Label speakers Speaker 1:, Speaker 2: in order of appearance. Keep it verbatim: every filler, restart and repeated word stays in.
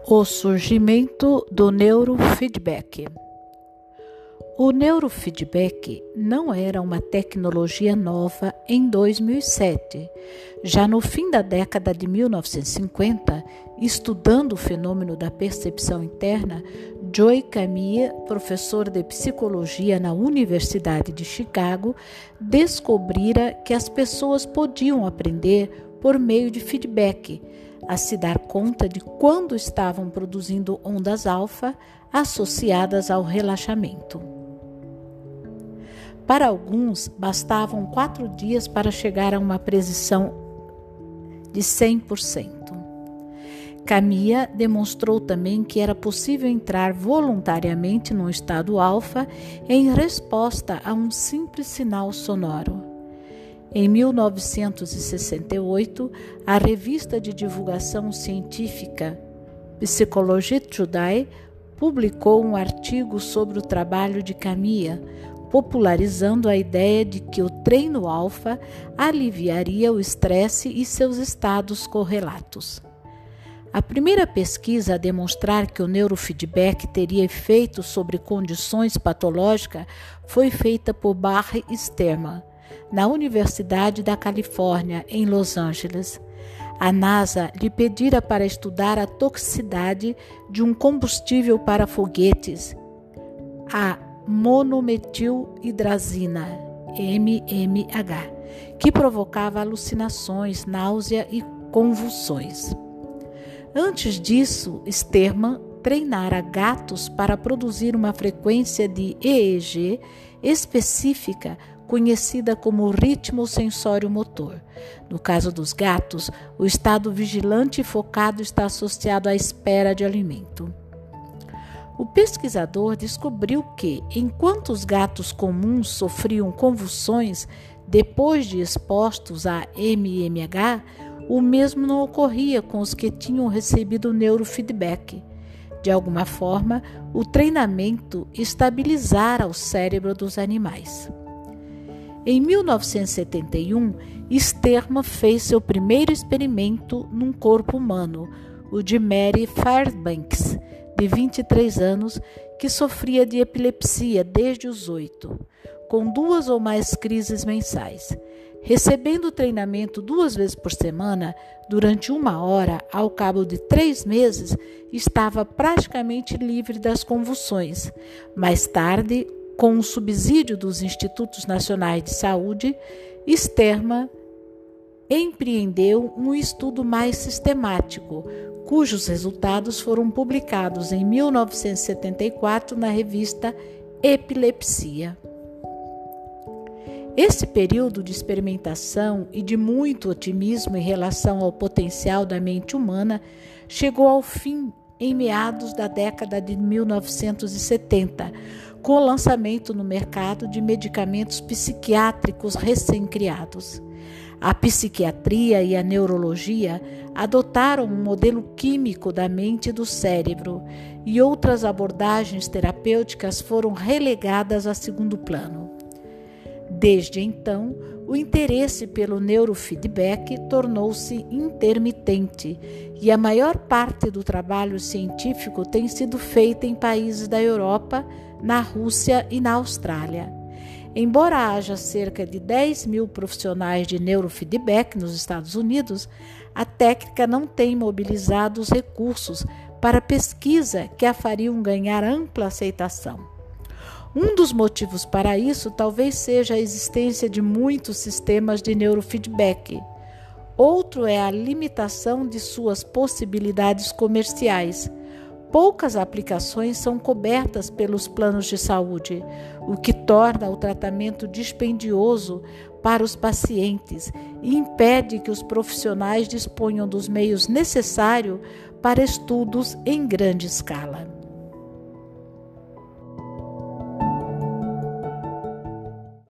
Speaker 1: O surgimento do neurofeedback. O neurofeedback não era uma tecnologia nova em dois mil e sete. Já no fim da década de mil novecentos e cinquenta, estudando o fenômeno da percepção interna, Joe Kamiya, professor de psicologia na Universidade de Chicago, descobrira que as pessoas podiam aprender por meio de feedback, a se dar conta de quando estavam produzindo ondas alfa associadas ao relaxamento. Para alguns, bastavam quatro dias para chegar a uma precisão de cem por cento. Kamiya demonstrou também que era possível entrar voluntariamente num estado alfa em resposta a um simples sinal sonoro. Em mil novecentos e sessenta e oito, a revista de divulgação científica Psychology Today publicou um artigo sobre o trabalho de Kamiya, popularizando a ideia de que o treino alfa aliviaria o estresse e seus estados correlatos. A primeira pesquisa a demonstrar que o neurofeedback teria efeito sobre condições patológicas foi feita por Barry Sterman, na Universidade da Califórnia, em Los Angeles. A NASA lhe pedira para estudar a toxicidade de um combustível para foguetes, a monomethilhidrazina, M M H, que provocava alucinações, náusea e convulsões. Antes disso, Sterman treinara gatos para produzir uma frequência de E E G específica conhecida como ritmo sensório-motor. No caso dos gatos, o estado vigilante e focado está associado à espera de alimento. O pesquisador descobriu que, enquanto os gatos comuns sofriam convulsões depois de expostos a M M H, o mesmo não ocorria com os que tinham recebido neurofeedback. De alguma forma, o treinamento estabilizara o cérebro dos animais. Em mil novecentos e setenta e um, Sterman fez seu primeiro experimento num corpo humano, o de Mary Fairbanks, de vinte e três anos, que sofria de epilepsia desde os oito, com duas ou mais crises mensais. Recebendo treinamento duas vezes por semana, durante uma hora, ao cabo de três meses, estava praticamente livre das convulsões. Mais tarde, com o subsídio dos Institutos Nacionais de Saúde, Sterman empreendeu um estudo mais sistemático, cujos resultados foram publicados em mil novecentos e setenta e quatro na revista Epilepsia. Esse período de experimentação e de muito otimismo em relação ao potencial da mente humana chegou ao fim em meados da década de mil novecentos e setenta, com o lançamento no mercado de medicamentos psiquiátricos recém-criados. A psiquiatria e a neurologia adotaram um modelo químico da mente e do cérebro, e outras abordagens terapêuticas foram relegadas a segundo plano. Desde então, o interesse pelo neurofeedback tornou-se intermitente e a maior parte do trabalho científico tem sido feita em países da Europa, na Rússia e na Austrália. Embora haja cerca de dez mil profissionais de neurofeedback nos Estados Unidos, a técnica não tem mobilizado os recursos para pesquisa que a fariam ganhar ampla aceitação. Um dos motivos para isso talvez seja a existência de muitos sistemas de neurofeedback. Outro é a limitação de suas possibilidades comerciais. Poucas aplicações são cobertas pelos planos de saúde, o que torna o tratamento dispendioso para os pacientes e impede que os profissionais disponham dos meios necessários para estudos em grande escala.